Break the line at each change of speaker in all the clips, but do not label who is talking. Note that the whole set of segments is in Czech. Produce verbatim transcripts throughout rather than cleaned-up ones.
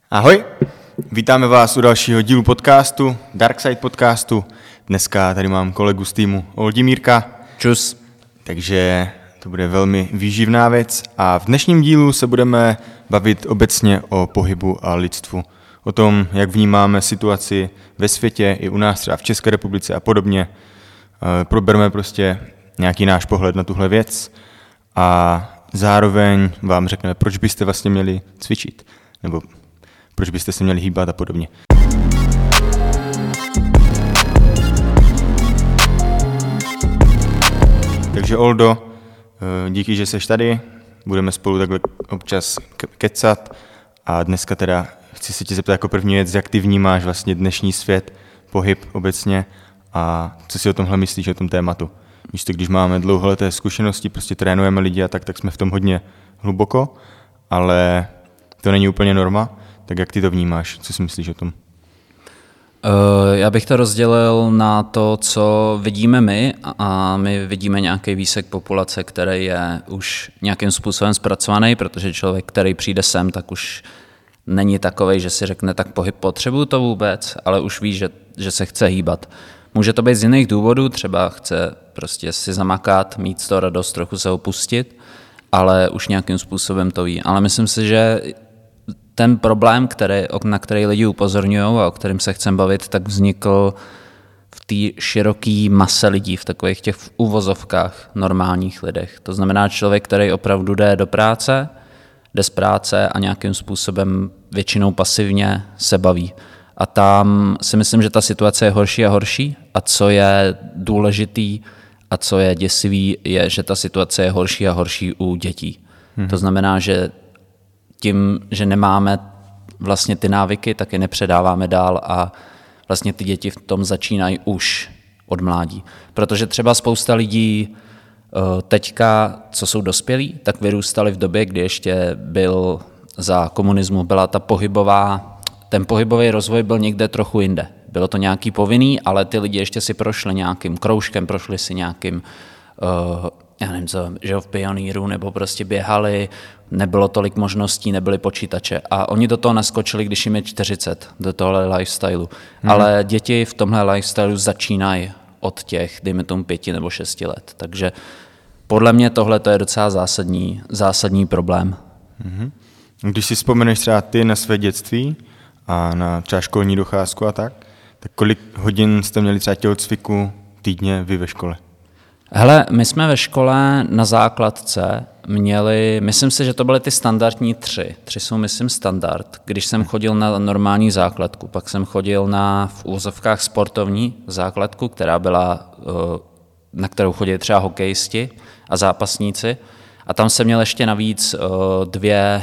Ahoj, vítáme vás u dalšího dílu podcastu, Darkside podcastu. Dneska tady mám kolegu z týmu Oldimírka.
Čus.
Takže to bude velmi výživná věc a v dnešním dílu se budeme bavit obecně o pohybu a lidstvu. O tom, jak vnímáme situaci ve světě i u nás třeba v České republice a podobně. Probereme prostě nějaký náš pohled na tuhle věc a zároveň vám řekneme, proč byste vlastně měli cvičit, nebo proč byste se měli hýbat a podobně. Takže Oldo, díky, že jsi tady, budeme spolu takhle občas kecat a dneska teda chci se tě zeptat jako první věc, jak ty vnímáš vlastně dnešní svět, pohyb obecně a co si o tomhle myslíš, o tom tématu. Víš to, když máme dlouholeté zkušenosti, prostě trénujeme lidi a tak, tak jsme v tom hodně hluboko, ale to není úplně norma. Tak jak ty to vnímáš? Co si myslíš o tom?
Já bych to rozdělil na to, co vidíme my a my vidíme nějaký výsek populace, který je už nějakým způsobem zpracovaný, protože člověk, který přijde sem, tak už není takovej, že si řekne, tak pohyb potřebuju to vůbec, ale už ví, že, že se chce hýbat. Může to být z jiných důvodů, třeba chce prostě si zamakat, mít z toho radost, trochu se opustit, ale už nějakým způsobem to ví. Ale myslím si, že ten problém, který, na který lidi upozorňují a o kterém se chcem bavit, tak vznikl v té široké mase lidí, v takových těch v uvozovkách normálních lidech. To znamená člověk, který opravdu jde do práce, jde z práce a nějakým způsobem většinou pasivně se baví. A tam si myslím, že ta situace je horší a horší a co je důležitý a co je děsivý, je, že ta situace je horší a horší u dětí. Hmm. To znamená, že tím, že nemáme vlastně ty návyky, tak je nepředáváme dál a vlastně ty děti v tom začínají už od mládí. Protože třeba spousta lidí teďka, co jsou dospělí, tak vyrůstali v době, kdy ještě byl za komunismu, byla ta pohybová, ten pohybový rozvoj byl někde trochu jinde. Bylo to nějaký povinný, ale ty lidi ještě si prošli nějakým kroužkem, prošli si nějakým uh, já nevím co, že v pioníru, nebo prostě běhali, nebylo tolik možností, nebyly počítače. A oni do toho naskočili, když jim je čtyřicet, do tohle lifestylu. Hmm. Ale děti v tomhle lifestylu začínají od těch, dejme tomu, pěti nebo šesti let. Takže podle mě tohle to je docela zásadní, zásadní problém.
Hmm. Když si vzpomeneš třeba ty na své dětství a na třeba školní docházku a tak, tak kolik hodin jste měli třeba tělocviku týdně vy ve škole?
Hele, my jsme ve škole na základce měli, myslím si, že to byly ty standardní tři. Tři jsou, myslím, standard. Když jsem chodil na normální základku, pak jsem chodil na v úvozovkách sportovní základku, která byla, na kterou chodili třeba hokejisti a zápasníci. A tam jsem měl ještě navíc dvě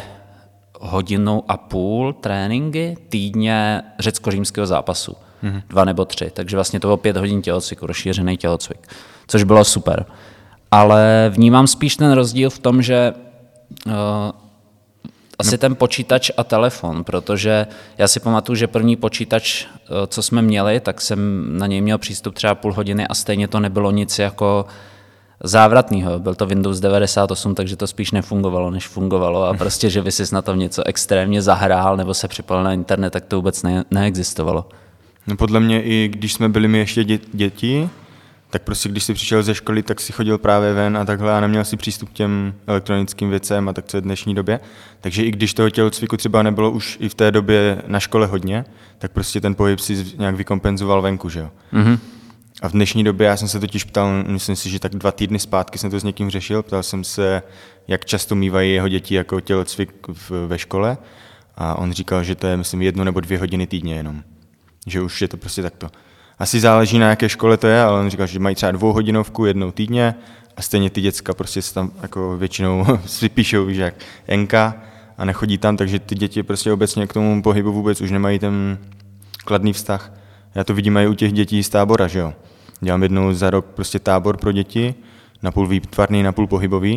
hodinu a půl tréninky týdně řecko-římského zápasu. Mhm. Dva nebo tři. Takže vlastně to bylo pět hodin tělocviku, rozšířený tělocvik. Což bylo super. Ale vnímám spíš ten rozdíl v tom, že uh, asi no. ten počítač a telefon, protože já si pamatuju, že první počítač, uh, co jsme měli, tak jsem na něj měl přístup třeba půl hodiny a stejně to nebylo nic jako závratného. Byl to Windows devadesát osm, takže to spíš nefungovalo, než fungovalo a prostě, že by si na tom něco extrémně zahrál nebo se připojil na internet, tak to vůbec ne- neexistovalo.
No podle mě i když jsme byli my ještě dě- děti, tak prostě když jsi přišel ze školy, tak si chodil právě ven a takhle a neměl si přístup k těm elektronickým věcem a tak co je v dnešní době. Takže i když toho tělocviku třeba nebylo už i v té době na škole hodně, tak prostě ten pohyb si nějak vykompenzoval venku, že jo. Mm-hmm. A v dnešní době já jsem se totiž ptal, myslím si, že tak dva týdny zpátky jsem to s někým řešil, ptal jsem se, jak často mívají jeho děti jako tělocvik v, ve škole a on říkal, že to je myslím jedno nebo dvě hodiny týdně jenom. Že už je to prostě takto. Asi záleží na jaké škole to je, ale on říkal, že mají třeba dvouhodinovku jednou týdně a stejně ty děcka prostě se tam jako většinou si píšou, víš, jak enka a nechodí tam, takže ty děti prostě obecně k tomu pohybu vůbec už nemají ten kladný vztah. Já to vidím i u těch dětí z tábora, že jo. Dělám jednou za rok prostě tábor pro děti, napůl výtvarný, napůl pohybový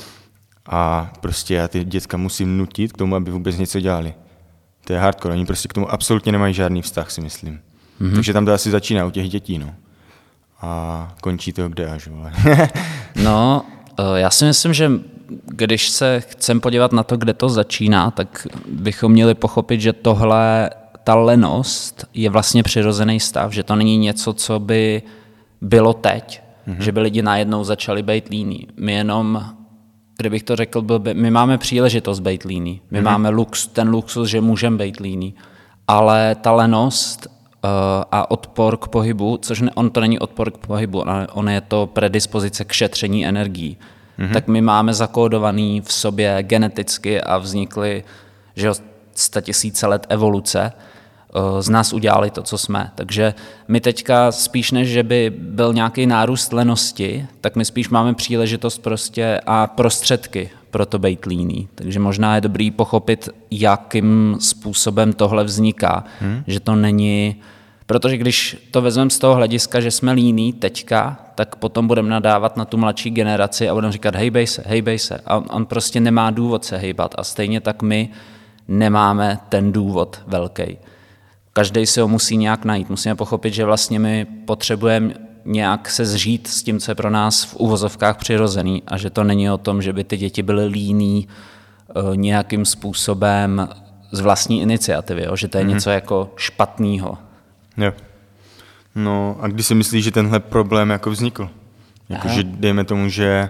a prostě já ty děcka musím nutit k tomu, aby vůbec něco dělali. To je hardcore, oni prostě k tomu absolutně nemají žádný vztah, si myslím. Mm-hmm. Takže tam to asi začíná u těch dětí, no. A končí to kde až, vole.
No, já si myslím, že když se chcem podívat na to, kde to začíná, tak bychom měli pochopit, že tohle, ta lenost je vlastně přirozený stav, že to není něco, co by bylo teď, mm-hmm. že by lidi najednou začali být líní. My jenom, kdybych to řekl, byl by, my máme příležitost být líní. My mm-hmm. máme lux, ten luxus, že můžeme být líní. Ale ta lenost uh, a odpor k pohybu, což ne, on to není odpor k pohybu, ale on je to predispozice k šetření energií. Mm-hmm. Tak my máme zakódovaný v sobě geneticky a vznikly, že statisíce let evoluce, z nás udělali to, co jsme. Takže my teďka spíš než, že by byl nějaký nárůst lenosti, tak my spíš máme příležitost prostě a prostředky pro to být líný. Takže možná je dobrý pochopit, jakým způsobem tohle vzniká. Hmm. Že to není... Protože když to vezmeme z toho hlediska, že jsme líní teďka, tak potom budeme nadávat na tu mladší generaci a budeme říkat hejbej se, hejbej se. A on prostě nemá důvod se hejbat. A stejně tak my nemáme ten důvod velký. Každý si ho musí nějak najít. Musíme pochopit, že vlastně my potřebujeme nějak se zžít s tím, co je pro nás v uvozovkách přirozený a že to není o tom, že by ty děti byly líní uh, nějakým způsobem z vlastní iniciativy, jo? Že to je mm-hmm. něco jako špatného.
Jo. No a kdy si myslíš, že tenhle problém jako vznikl? Jakože dejme tomu, že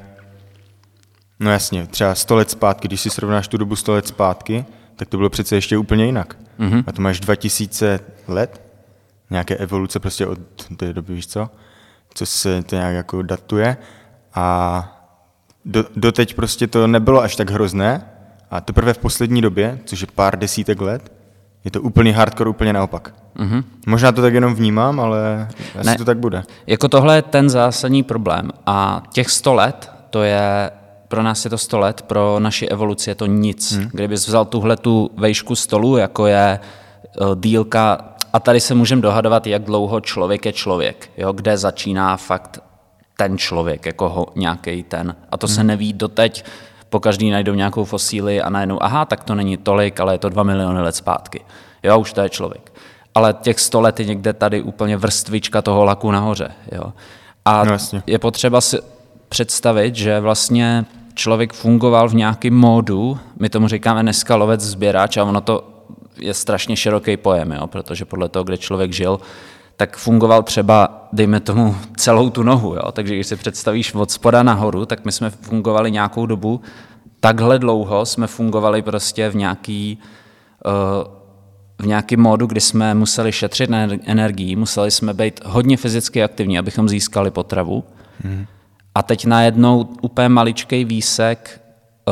no jasně, třeba sto let zpátky, když si srovnáš tu dobu sto let zpátky, tak to bylo přece ještě úplně jinak. Mm-hmm. A to máš dva tisíce let, nějaké evoluce prostě od té doby, víš co, co se to nějak jako datuje a do, doteď prostě to nebylo až tak hrozné a teprve v poslední době, což je pár desítek let, je to úplný hardcore, úplně naopak. Mm-hmm. Možná to tak jenom vnímám, ale asi ne, to tak bude.
Jako tohle je ten zásadní problém a těch sto let, to je... Pro nás je to sto let, pro naši evoluci je to nic. Hmm. Kdybys vzal tuhle tu vejšku stolu, jako je uh, dílka, a tady se můžeme dohadovat, jak dlouho člověk je člověk, jo? Kde začíná fakt ten člověk, jako ho, nějaký ten. A to hmm. se neví doteď, po každý najdou nějakou fosíli a najednou, aha, tak to není tolik, ale je to dva miliony let zpátky. Jo, už to je člověk. Ale těch sto let je někde tady úplně vrstvička toho laku nahoře. Jo? A no, je potřeba si představit, že vlastně člověk fungoval v nějakém módu, my tomu říkáme dneska lovec sběrač a ono to je strašně široký pojem, jo, protože podle toho, kde člověk žil, tak fungoval třeba, dejme tomu, celou tu nohu. Jo, takže když si představíš od spoda nahoru, tak my jsme fungovali nějakou dobu, takhle dlouho jsme fungovali prostě v nějaký, uh, v nějakém módu, kdy jsme museli šetřit energii, museli jsme být hodně fyzicky aktivní, abychom získali potravu. Hmm. A teď najednou úplně maličkej výsek uh,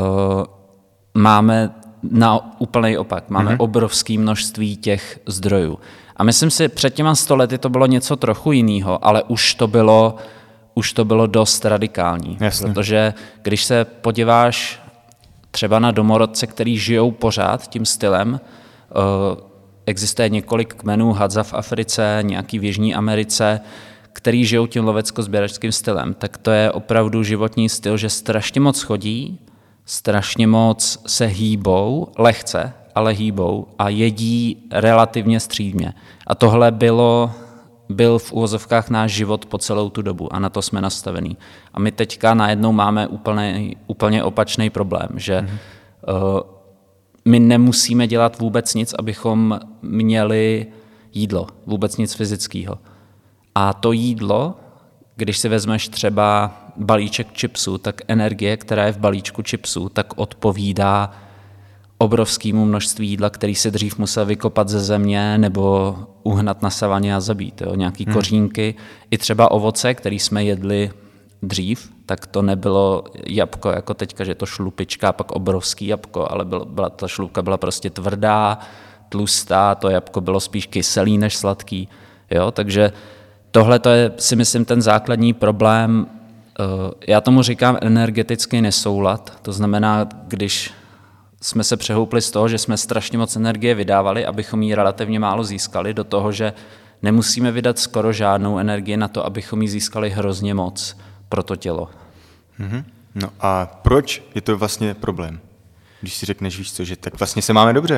máme na úplný opak. Máme mm-hmm. obrovské množství těch zdrojů. A myslím si, před těma sto lety to bylo něco trochu jiného, ale už to bylo, už to bylo dost radikální. Jasně. Protože když se podíváš třeba na domorodce, který žijou pořád tím stylem, uh, existuje několik kmenů Hadza v Africe, nějaký v Jižní Americe, který žijou tím lovecko-sběračským stylem, tak to je opravdu životní styl, že strašně moc chodí, strašně moc se hýbou, lehce, ale hýbou a jedí relativně střídmě. A tohle bylo, byl v uvozovkách náš život po celou tu dobu a na to jsme nastavení. A my teďka najednou máme úplně, úplně opačný problém, že mm-hmm. uh, my nemusíme dělat vůbec nic, abychom měli jídlo, vůbec nic fyzického. A to jídlo, když si vezmeš třeba balíček chipsů, tak energie, která je v balíčku chipsů, tak odpovídá obrovskému množství jídla, který se dřív musel vykopat ze země nebo uhnat na savaně a zabít. Jo? Nějaký hmm. kořínky, i třeba ovoce, který jsme jedli dřív, tak to nebylo jabko jako teďka, že je to šlupička, pak obrovský jabko, ale byla, byla, ta šlupka byla prostě tvrdá, tlustá, to jabko bylo spíš kyselý než sladký. Jo? Takže tohle to je, si myslím, ten základní problém. Já tomu říkám energetický nesoulad. To znamená, když jsme se přehoupli z toho, že jsme strašně moc energie vydávali, abychom ji relativně málo získali, do toho, že nemusíme vydat skoro žádnou energii na to, abychom ji získali hrozně moc pro to tělo.
Mm-hmm. No a proč je to vlastně problém? Když si řekneš, víš co, že tak vlastně se máme dobře.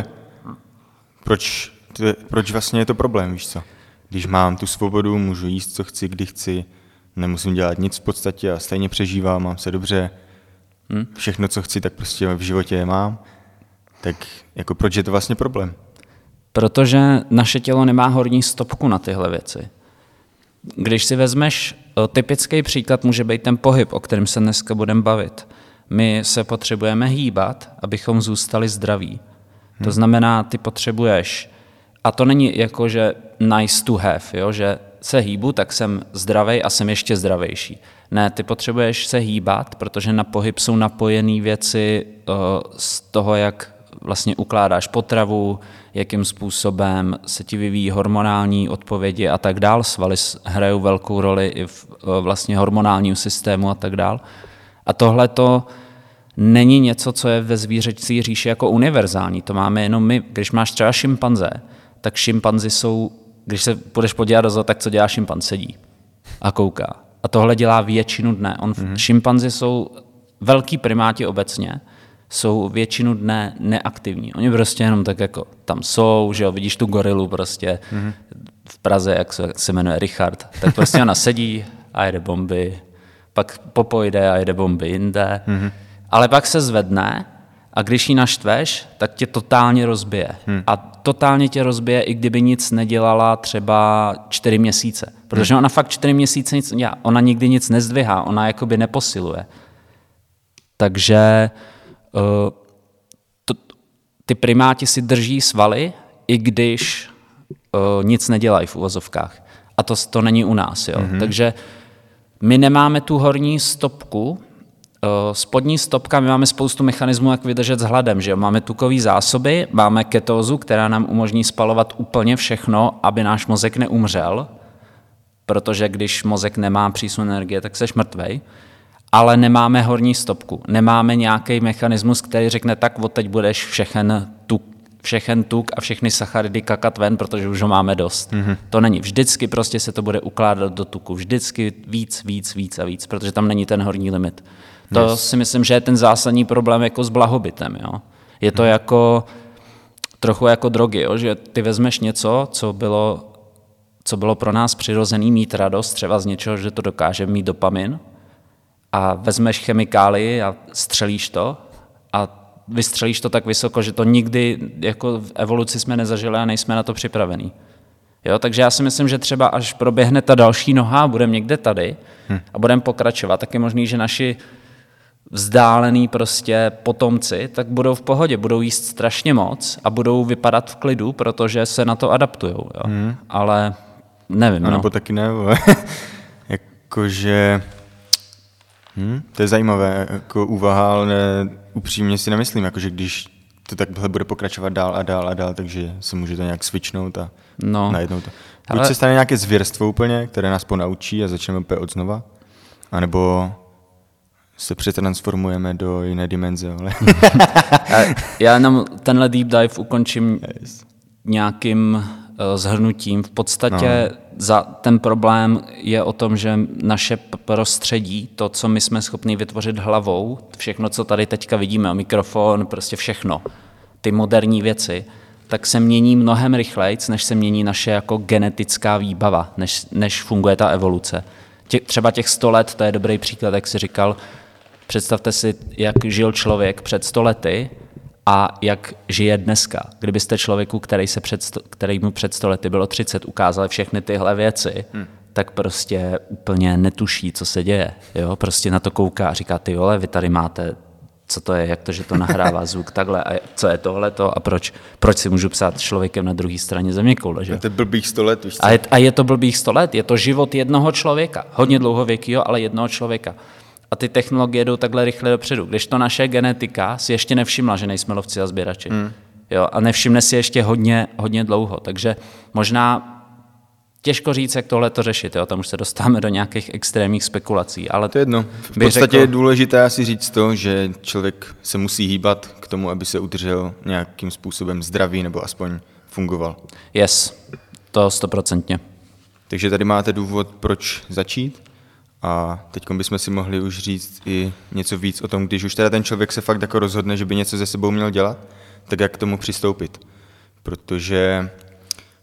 Proč, to, proč vlastně je to problém, víš co? Když mám tu svobodu, můžu jíst, co chci, kdy chci, nemusím dělat nic v podstatě a stejně přežívám, mám se dobře. hmm? všechno, co chci, tak prostě v životě je mám, tak jako proč je to vlastně problém?
Protože naše tělo nemá horní stopku na tyhle věci. Když si vezmeš, typický příklad může být ten pohyb, o kterém se dneska budeme bavit. My se potřebujeme hýbat, abychom zůstali zdraví. Hmm. To znamená, ty potřebuješ, a to není jako, že nice to have, jo? Že se hýbu, tak jsem zdravej a jsem ještě zdravější. Ne, ty potřebuješ se hýbat, protože na pohyb jsou napojené věci uh, z toho, jak vlastně ukládáš potravu, jakým způsobem se ti vyvíjí hormonální odpovědi a tak dál. Svaly hrajou velkou roli i v vlastně hormonálním systému a tak dál. A tohle to není něco, co je ve zvířecí říši jako univerzální. To máme jenom my. Když máš třeba šimpanze, tak šimpanzi jsou, když se půjdeš podívat do zoo, tak co dělá šimpanz? Sedí a kouká. A tohle dělá většinu dne. On, mm-hmm. Šimpanzi jsou velký primáti obecně, jsou většinu dne neaktivní. Oni prostě jenom tak jako tam jsou, že jo, vidíš tu gorilu prostě mm-hmm. v Praze, jak se, jak se jmenuje Richard, tak prostě ona sedí a jede bomby, pak popojde a jede bomby jinde, mm-hmm. ale pak se zvedne a když ji naštveš, tak tě totálně rozbije. Mm. A totálně tě rozbije, i kdyby nic nedělala třeba čtyři měsíce. Protože mm. ona fakt čtyři měsíce nic nedělá. Ona nikdy nic nezdvihá, ona jakoby neposiluje. Takže uh, to, ty primáti si drží svaly, i když uh, nic nedělají v uvozovkách. A to, to není u nás. Jo? Mm-hmm. Takže my nemáme tu horní stopku. Spodní stopka, my máme spoustu mechanismů, jak vydržet s hladem. Že jo? Máme tukové zásoby, máme ketózu, která nám umožní spalovat úplně všechno, aby náš mozek neumřel, protože když mozek nemá přísun energie, tak seš mrtvej. Ale nemáme horní stopku. Nemáme nějaký mechanismus, který řekne, tak odteď budeš všechen tuk, všechen tuk a všechny sacharidy kakat ven, protože už ho máme dost. Mm-hmm. To není. Vždycky prostě se to bude ukládat do tuku. Vždycky víc, víc, víc a víc, protože tam není ten horní limit. To yes. si myslím, že je ten zásadní problém jako s blahobytem. Jo? Je to hmm. jako trochu jako drogy, jo? Že ty vezmeš něco, co bylo, co bylo pro nás přirozený mít radost, třeba z něčeho, že to dokáže mít dopamin, a vezmeš chemikálii a střelíš to a vystřelíš to tak vysoko, že to nikdy jako v evoluci jsme nezažili a nejsme na to připravení. Jo, takže já si myslím, že třeba až proběhne ta další noha a budeme někde tady hmm. a budeme pokračovat, tak je možný, že naši vzdálený prostě potomci, tak budou v pohodě, budou jíst strašně moc a budou vypadat v klidu, protože se na to adaptujou. Jo. Hmm. Ale nevím.
No,
no.
Nebo taky ne. Jakože hm, to je zajímavé, jako úvaha, ale ne, upřímně si nemyslím, jakože když to takhle bude pokračovat dál a dál a dál, takže se může to nějak switchnout a no. najednou to. Buď ale se stane nějaké zvěrstvo úplně, které nás ponaučí a začneme úplně od znova, anebo se přetransformujeme do jiné dimenze. Ale
já jenom tenhle deep dive ukončím yes. nějakým uh, shrnutím. V podstatě no. za ten problém je o tom, že naše prostředí, to, co my jsme schopni vytvořit hlavou, všechno, co tady teďka vidíme, mikrofon, prostě všechno, ty moderní věci, tak se mění mnohem rychleji, než se mění naše jako genetická výbava, než, než funguje ta evoluce. Tě, třeba těch sto let, to je dobrý příklad, jak jsi říkal, představte si, jak žil člověk před sto lety a jak žije dneska. Kdybyste člověku, který, se před sto, který mu před sto lety bylo třicet, ukázali všechny tyhle věci, hmm. tak prostě úplně netuší, co se děje. Jo? Prostě na to kouká a říká, ty vole, vy tady máte, co to je, jak to, že to nahrává zvuk takhle a co je tohleto a proč, proč si můžu psát člověkem na druhé straně zeměkoule. Že?
Je to blbých sto let. Víš co?
A, je, a je to blbých sto let, je to život jednoho člověka, hodně dlouhověkýho, ale jednoho člověka. A ty technologie jdou takhle rychle dopředu. Když to naše genetika si ještě nevšimla, že nejsme lovci a sběrači. Hmm. Jo, a nevšimne si ještě hodně, hodně dlouho. Takže možná těžko říct, jak tohle to řešit. Jo? Tam už se dostáváme do nějakých extrémních spekulací. Ale
to je jedno. V podstatě řekl, je důležité asi říct to, že člověk se musí hýbat k tomu, aby se udržel nějakým způsobem zdravý nebo aspoň fungoval.
Yes, to stoprocentně.
Takže tady máte důvod, proč začít. A teď bychom si mohli už říct i něco víc o tom, když už teda ten člověk se fakt jako rozhodne, že by něco se sebou měl dělat, tak jak k tomu přistoupit. Protože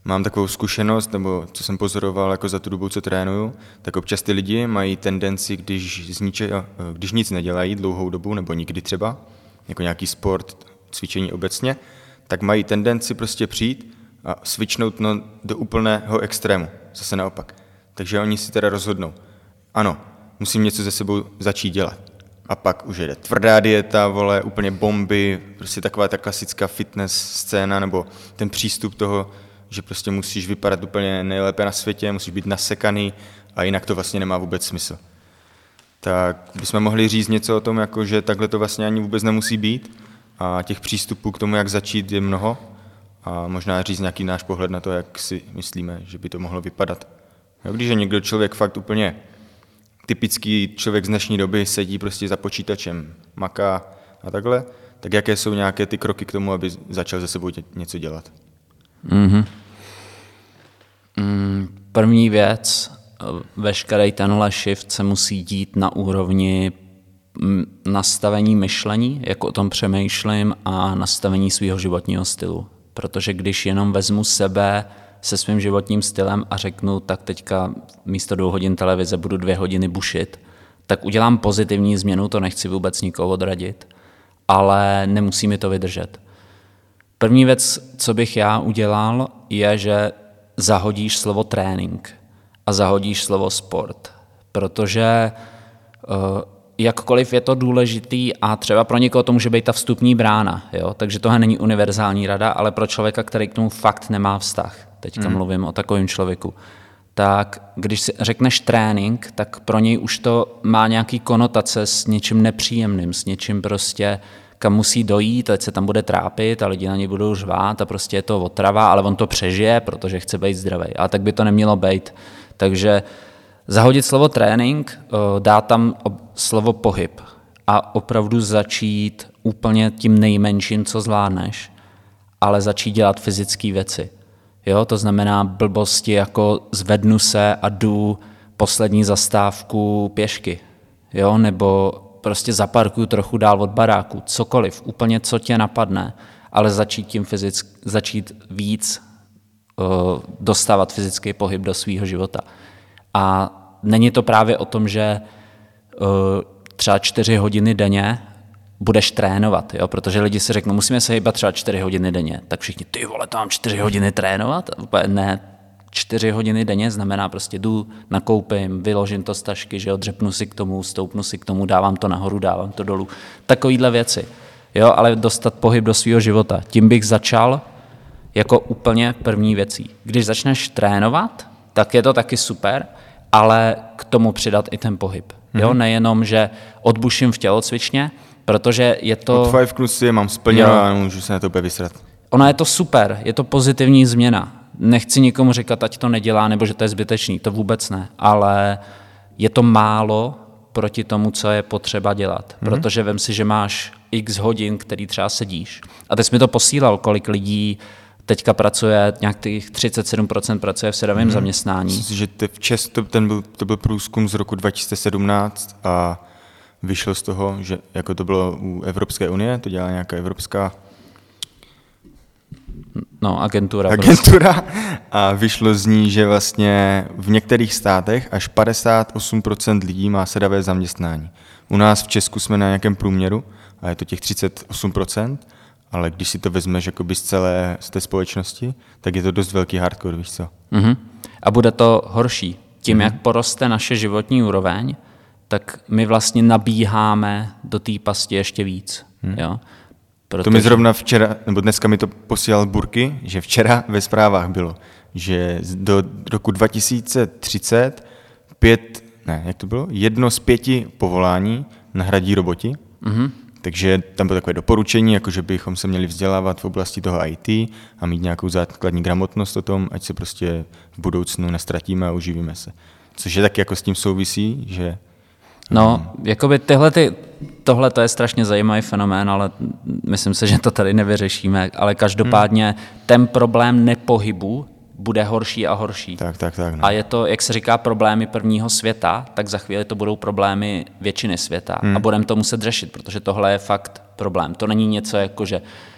mám takovou zkušenost, nebo co jsem pozoroval jako za tu dobu, co trénuju, tak občas ty lidi mají tendenci, když, z niče, když nic nedělají dlouhou dobu, nebo nikdy třeba, jako nějaký sport, cvičení obecně, tak mají tendenci prostě přijít a switchnout no, do úplného extrému, zase naopak. Takže oni si teda rozhodnou, ano, musím něco ze sebou začít dělat. A pak už jede tvrdá dieta, vole, úplně bomby, prostě taková ta klasická fitness scéna, nebo ten přístup toho, že prostě musíš vypadat úplně nejlépe na světě, musíš být nasekaný a jinak to vlastně nemá vůbec smysl. Tak bychom mohli říct něco o tom, jako že takhle to vlastně ani vůbec nemusí být a těch přístupů k tomu, jak začít, je mnoho a možná říct nějaký náš pohled na to, jak si myslíme, že by to mohlo vypadat. Jo, když je někdo člověk fakt úplně typický člověk z dnešní doby, sedí prostě za počítačem, maká a takhle, tak jaké jsou nějaké ty kroky k tomu, aby začal ze sebou něco dělat?
Mm-hmm. Mm, první věc, veškerý tenhle shift se musí dít na úrovni nastavení myšlení, jak o tom přemýšlím, a nastavení svého životního stylu. Protože když jenom vezmu sebe se svým životním stylem a řeknu, tak teďka místo dvou hodin televize budu dvě hodiny bušit, tak udělám pozitivní změnu, to nechci vůbec nikoho odradit, ale nemusí mi to vydržet. První věc, co bych já udělal, je, že zahodíš slovo trénink a zahodíš slovo sport, protože uh, jakkoliv je to důležitý a třeba pro někoho to může být ta vstupní brána, jo? Takže tohle není univerzální rada, ale pro člověka, který k tomu fakt nemá vztah, teďka mm. mluvím o takovém člověku, tak když si řekneš trénink, tak pro něj už to má nějaký konotace s něčím nepříjemným, s něčím prostě, kam musí dojít, ať se tam bude trápit a lidi na něj budou řvát a prostě je to otrava, ale on to přežije, protože chce být zdravý. A tak by to nemělo být. Takže zahodit slovo trénink, dát tam slovo pohyb a opravdu začít úplně tím nejmenším, co zvládneš, ale začít dělat fyzické věci. Jo, to znamená blbosti jako zvednu se a jdu poslední zastávku pěšky, jo, nebo prostě zaparkuju trochu dál od baráku, cokoliv, úplně co tě napadne, ale začít tím fyzick, začít víc uh, dostávat fyzický pohyb do svého života. A není to právě o tom, že uh, třeba čtyři hodiny denně budeš trénovat, jo? Protože lidi si řeknou, musíme se hýbat třeba čtyři hodiny denně, tak všichni, ty vole, to mám čtyři hodiny trénovat? Ne, čtyři hodiny denně znamená prostě jdu, nakoupím, vyložím to z tašky, že jo, dřepnu si k tomu, stoupnu si k tomu, dávám to nahoru, dávám to dolů, takovýhle věci, jo, ale dostat pohyb do svého života. Tím bych začal jako úplně první věcí. Když začneš trénovat, tak je to taky super, ale k tomu přidat i ten pohyb, jo, mm-hmm. nejenom, že odbuším v tělocvičně, protože je to...
Od fajfknu si je mám splněno a můžu se na to vysrat.
Ona je to super, je to pozitivní změna. Nechci nikomu říkat, ať to nedělá, nebo že to je zbytečný, to vůbec ne, ale je to málo proti tomu, co je potřeba dělat, mm-hmm. protože vem si, že máš x hodin, který třeba sedíš. A teď jsi mi to posílal, kolik lidí teďka pracuje, nějakých třicet sedm procent pracuje v sedavém mm-hmm. zaměstnání.
Myslím, že v Česku to, ten byl, to byl průzkum z roku dva tisíce sedmnáct a vyšlo z toho, že jako to bylo u Evropské unie, to dělá nějaká evropská
no, agentura.
agentura a vyšlo z ní, že vlastně v některých státech až padesát osm procent lidí má sedavé zaměstnání. U nás v Česku jsme na nějakém průměru a je to těch třicet osm procent, ale když si to vezmeš jakoby z celé z té společnosti, tak je to dost velký hardcore, víš co?
Uh-huh. A bude to horší. Tím, uh-huh. jak poroste naše životní úroveň, tak my vlastně nabíháme do té pasti ještě víc. Hmm. Jo? Protože... To
mi zrovna včera, nebo dneska mi to posílal Burky, že včera ve zprávách bylo, že do roku dva tisíce třicet pět, ne, jak to bylo? Jedno z pěti povolání nahradí roboti. Hmm. Takže tam bylo takové doporučení, jako že bychom se měli vzdělávat v oblasti toho í té a mít nějakou základní gramotnost o tom, ať se prostě v budoucnu nestratíme a uživíme se. Což je taky jako s tím souvisí, že
No, jakoby tyhle ty, tohle to je strašně zajímavý fenomén, ale myslím si, že to tady nevyřešíme, ale každopádně hmm. ten problém nepohybu bude horší a horší.
Tak, tak, tak. No.
A je to, jak se říká, problémy prvního světa, tak za chvíli to budou problémy většiny světa hmm. a budeme to muset řešit, protože tohle je fakt problém. To není něco jako, že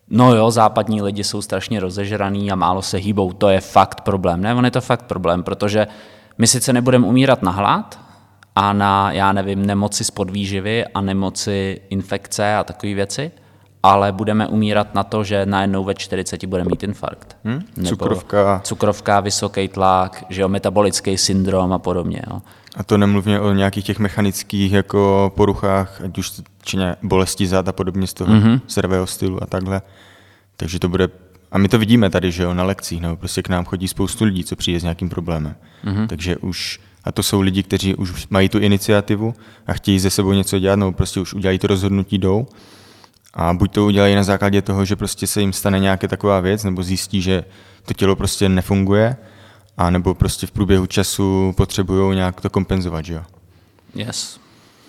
no jo, západní lidi jsou strašně rozežraný a málo se hýbou, to je fakt problém. Ne, on je to fakt problém, protože my sice nebudeme umírat na hlad a na, já nevím, nemoci z podvýživy a nemoci infekce a takové věci, ale budeme umírat na to, že najednou ve čtyřiceti budeme mít infarkt.
Hmm? Cukrovka.
Cukrovka, vysoký tlak, že jo, metabolický syndrom a podobně. Jo.
A to nemluvně o nějakých těch mechanických jako poruchách, ať už či ne, bolesti zad a podobně z toho mm-hmm. servého stylu a takhle. Takže to bude, a my to vidíme tady, že jo, na lekcích, nebo prostě k nám chodí spoustu lidí, co přijde s nějakým problémem. Mm-hmm. Takže už, a to jsou lidi, kteří už mají tu iniciativu a chtějí ze sebou něco dělat, nebo prostě už udělají to rozhodnutí, jdou. A buď to udělají na základě toho, že prostě se jim stane nějaká taková věc, nebo zjistí, že to tělo prostě nefunguje, a nebo prostě v průběhu času potřebují nějak to kompenzovat, že jo?
Yes.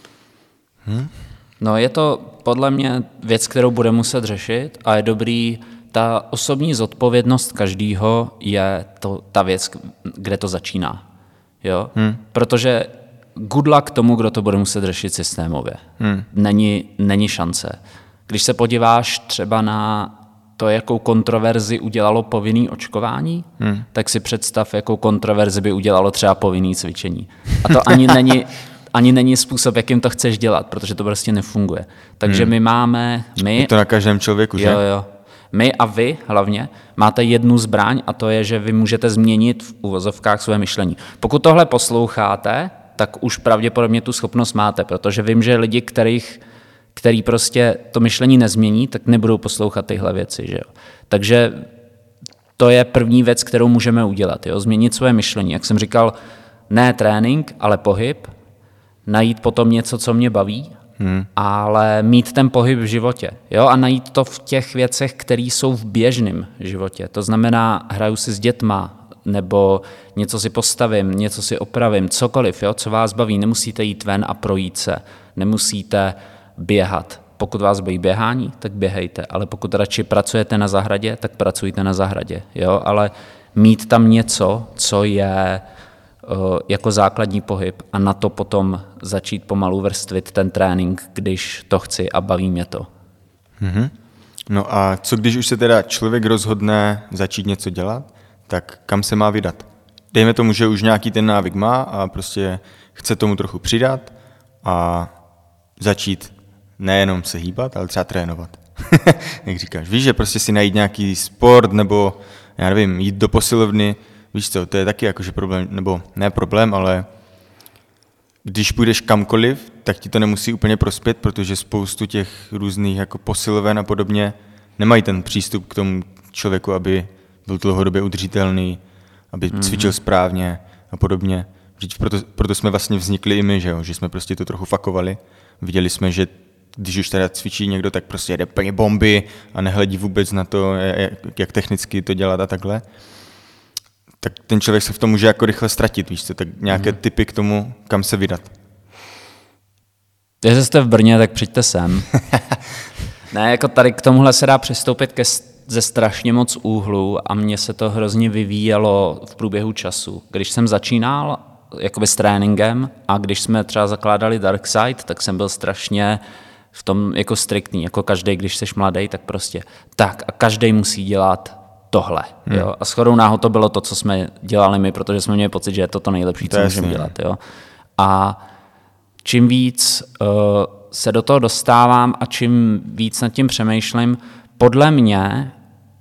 Hm? No je to podle mě věc, kterou bude muset řešit a je dobrý, ta osobní zodpovědnost každýho je to, ta věc, kde to začíná. Jo? Hm. Protože good luck tomu, kdo to bude muset řešit systémově. Hm. Není, není šance. Když se podíváš třeba na to, jakou kontroverzi udělalo povinné očkování, hmm. tak si představ, jakou kontroverzi by udělalo třeba povinné cvičení. A to ani není, ani není způsob, jakým to chceš dělat, protože to prostě nefunguje. Takže hmm. my máme... My,
je to na každém člověku, že?
Jo, jo. My a vy hlavně máte jednu zbraň a to je, že vy můžete změnit v uvozovkách své myšlení. Pokud tohle posloucháte, tak už pravděpodobně tu schopnost máte, protože vím, že lidi, kterých který prostě to myšlení nezmění, tak nebudou poslouchat tyhle věci. Že jo? Takže to je první věc, kterou můžeme udělat. Jo? Změnit své myšlení. Jak jsem říkal, ne trénink, ale pohyb. Najít potom něco, co mě baví, hmm. ale mít ten pohyb v životě. Jo? A najít to v těch věcech, které jsou v běžném životě. To znamená, hraju si s dětma, nebo něco si postavím, něco si opravím, cokoliv, jo? Co vás baví. Nemusíte jít ven a projít se. Nemusíte běhat. Pokud vás baví běhání, tak běhejte, ale pokud radši pracujete na zahradě, tak pracujte na zahradě, jo, ale mít tam něco, co je uh, jako základní pohyb a na to potom začít pomalu vrstvit ten trénink, když to chci a baví mě to.
Mm-hmm. No a co když už se teda člověk rozhodne začít něco dělat, tak kam se má vydat? Dejme tomu, že už nějaký ten návyk má a prostě chce tomu trochu přidat a začít nejenom se hýbat, ale třeba trénovat. Jak říkáš, víš, že prostě si najít nějaký sport, nebo já nevím, jít do posilovny, víš co, to je taky jakože problém, nebo ne problém, ale když půjdeš kamkoliv, tak ti to nemusí úplně prospět, protože spoustu těch různých jako posiloven a podobně nemají ten přístup k tomu člověku, aby byl dlouhodobě udržitelný, aby mm-hmm. cvičil správně a podobně. Proto, proto jsme vlastně vznikli i my, že jo, že jsme prostě to trochu fakovali. Viděli jsme, že když už teda cvičí někdo, tak prostě jede plně bomby a nehledí vůbec na to, jak, jak technicky to dělat a takhle. Tak ten člověk se v tom může jako rychle ztratit, víš co, tak nějaké mm. tipy k tomu, kam se vydat.
Jestli jste v Brně, tak přijďte sem. Ne, jako tady k tomuhle se dá přistoupit ke, ze strašně moc úhlů a mně se to hrozně vyvíjelo v průběhu času. Když jsem začínal jakoby s tréninkem a když jsme třeba zakládali Darkside, tak jsem byl strašně v tom jako striktní, jako každý, když jsi mladý, tak prostě tak a každý musí dělat tohle. Hmm. Jo? A shodou náhod to bylo to, co jsme dělali my, protože jsme měli pocit, že je to to nejlepší, co můžeme dělat. Jo? A čím víc uh, se do toho dostávám a čím víc nad tím přemýšlím, podle mě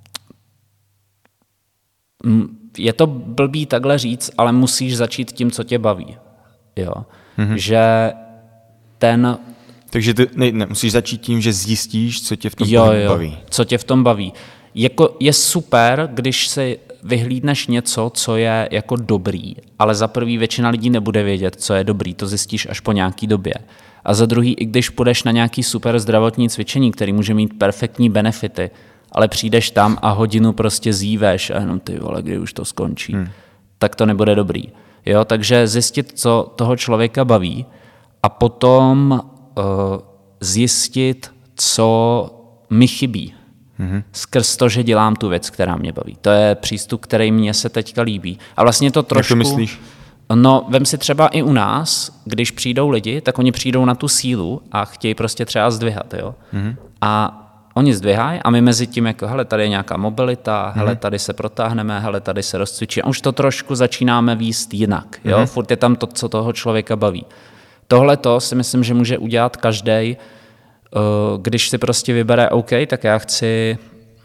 je to blbý takhle říct, ale musíš začít tím, co tě baví. Jo? Hmm. Že ten...
Takže ty ne, ne, musíš začít tím, že zjistíš, co tě v tom
jo, jo,
baví.
Co tě v tom baví. Jako je super, když si vyhlídneš něco, co je jako dobrý, ale za prvý většina lidí nebude vědět, co je dobrý, to zjistíš až po nějaký době. A za druhý, i když půjdeš na nějaký super zdravotní cvičení, který může mít perfektní benefity, ale přijdeš tam a hodinu prostě zíveš a jenom ty vole, kdy už to skončí, hmm. tak to nebude dobrý. Jo, takže zjistit, co toho člověka baví a potom uh, zjistit, co mi chybí. Mm-hmm. Skrz to, že dělám tu věc, která mě baví. To je přístup, který mně se teďka líbí. A vlastně to trošku...
Jak to myslíš?
No, vem si třeba i u nás, když přijdou lidi, tak oni přijdou na tu sílu a chtějí prostě třeba zdvihat, jo. Mm-hmm. A oni zdvihají a my mezi tím jako, hele, tady je nějaká mobilita, hele, tady se protáhneme, hele, tady se rozcvičí. A už to trošku začínáme víst jinak, jo? Mm. Furt je tam to, co toho člověka baví. Tohle to si myslím, že může udělat každej, když si prostě vybere, OK, tak já chci,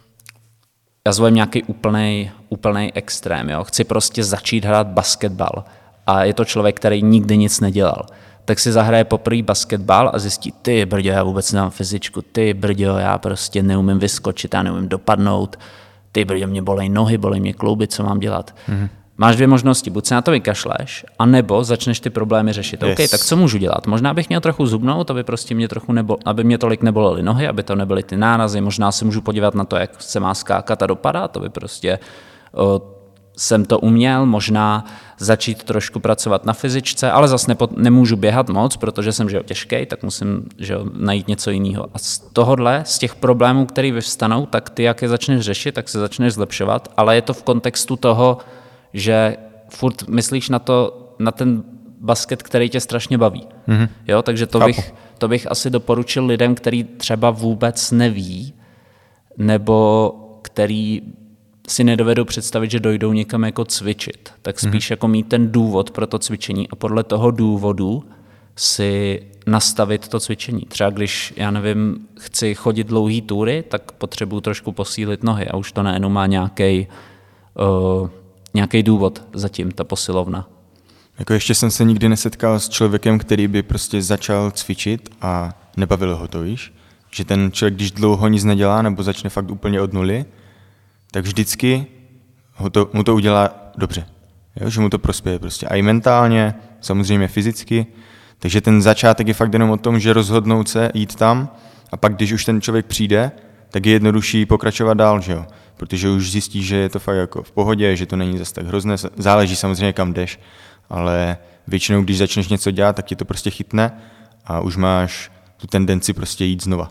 já zvolím nějaký úplnej, úplnej extrém, jo? Chci prostě začít hrát basketbal a je to člověk, který nikdy nic nedělal. Tak si zahraje poprvé basketbal a zjistí, ty brďo, já vůbec nemám fyzičku, ty brďo, já prostě neumím vyskočit, já neumím dopadnout, ty brďo, mě bolej nohy, bolej mě klouby, co mám dělat. Mm-hmm. Máš dvě možnosti, buď se na to vykašleš, anebo začneš ty problémy řešit. Yes. OK, tak co můžu dělat? Možná bych měl trochu zubnout, aby prostě mě trochu nebo, aby mě tolik nebolely nohy, aby to nebyly ty nárazy, možná se můžu podívat na to, jak se má skákat a dopadat, aby prostě o, jsem to uměl, možná začít trošku pracovat na fyzičce, ale zase nepo, nemůžu běhat moc, protože jsem že jo, těžkej, tak musím že jo, najít něco jiného. A z tohohle, z těch problémů, které vyvstanou, tak ty, jak je začneš řešit, tak se začneš zlepšovat, ale je to v kontextu toho, že furt myslíš na, to, na ten basket, který tě strašně baví. Mm-hmm. Jo, takže to bych, to bych asi doporučil lidem, který třeba vůbec neví, nebo který si nedovedou představit, že dojdou někam jako cvičit. Tak spíš mm-hmm. jako mít ten důvod pro to cvičení a podle toho důvodu si nastavit to cvičení. Třeba když, já nevím, chci chodit dlouhý túry, tak potřebuji trošku posílit nohy a už to nejenom má nějaký uh, nějaký důvod zatím, ta posilovna.
Jako ještě jsem se nikdy nesetkal s člověkem, který by prostě začal cvičit a nebavilo ho to, víš? Že ten člověk, když dlouho nic nedělá nebo začne fakt úplně od nuly, tak vždycky ho to, mu to udělá dobře. Jo? Že mu to prospěje prostě. A i mentálně, samozřejmě fyzicky. Takže ten začátek je fakt jenom o tom, že rozhodnout se jít tam a pak, když už ten člověk přijde, tak je jednodušší pokračovat dál, že jo? Protože už zjistí, že je to fakt jako v pohodě, že to není zase tak hrozné, záleží samozřejmě kam jdeš, ale většinou, když začneš něco dělat, tak ti to prostě chytne a už máš tu tendenci prostě jít znova.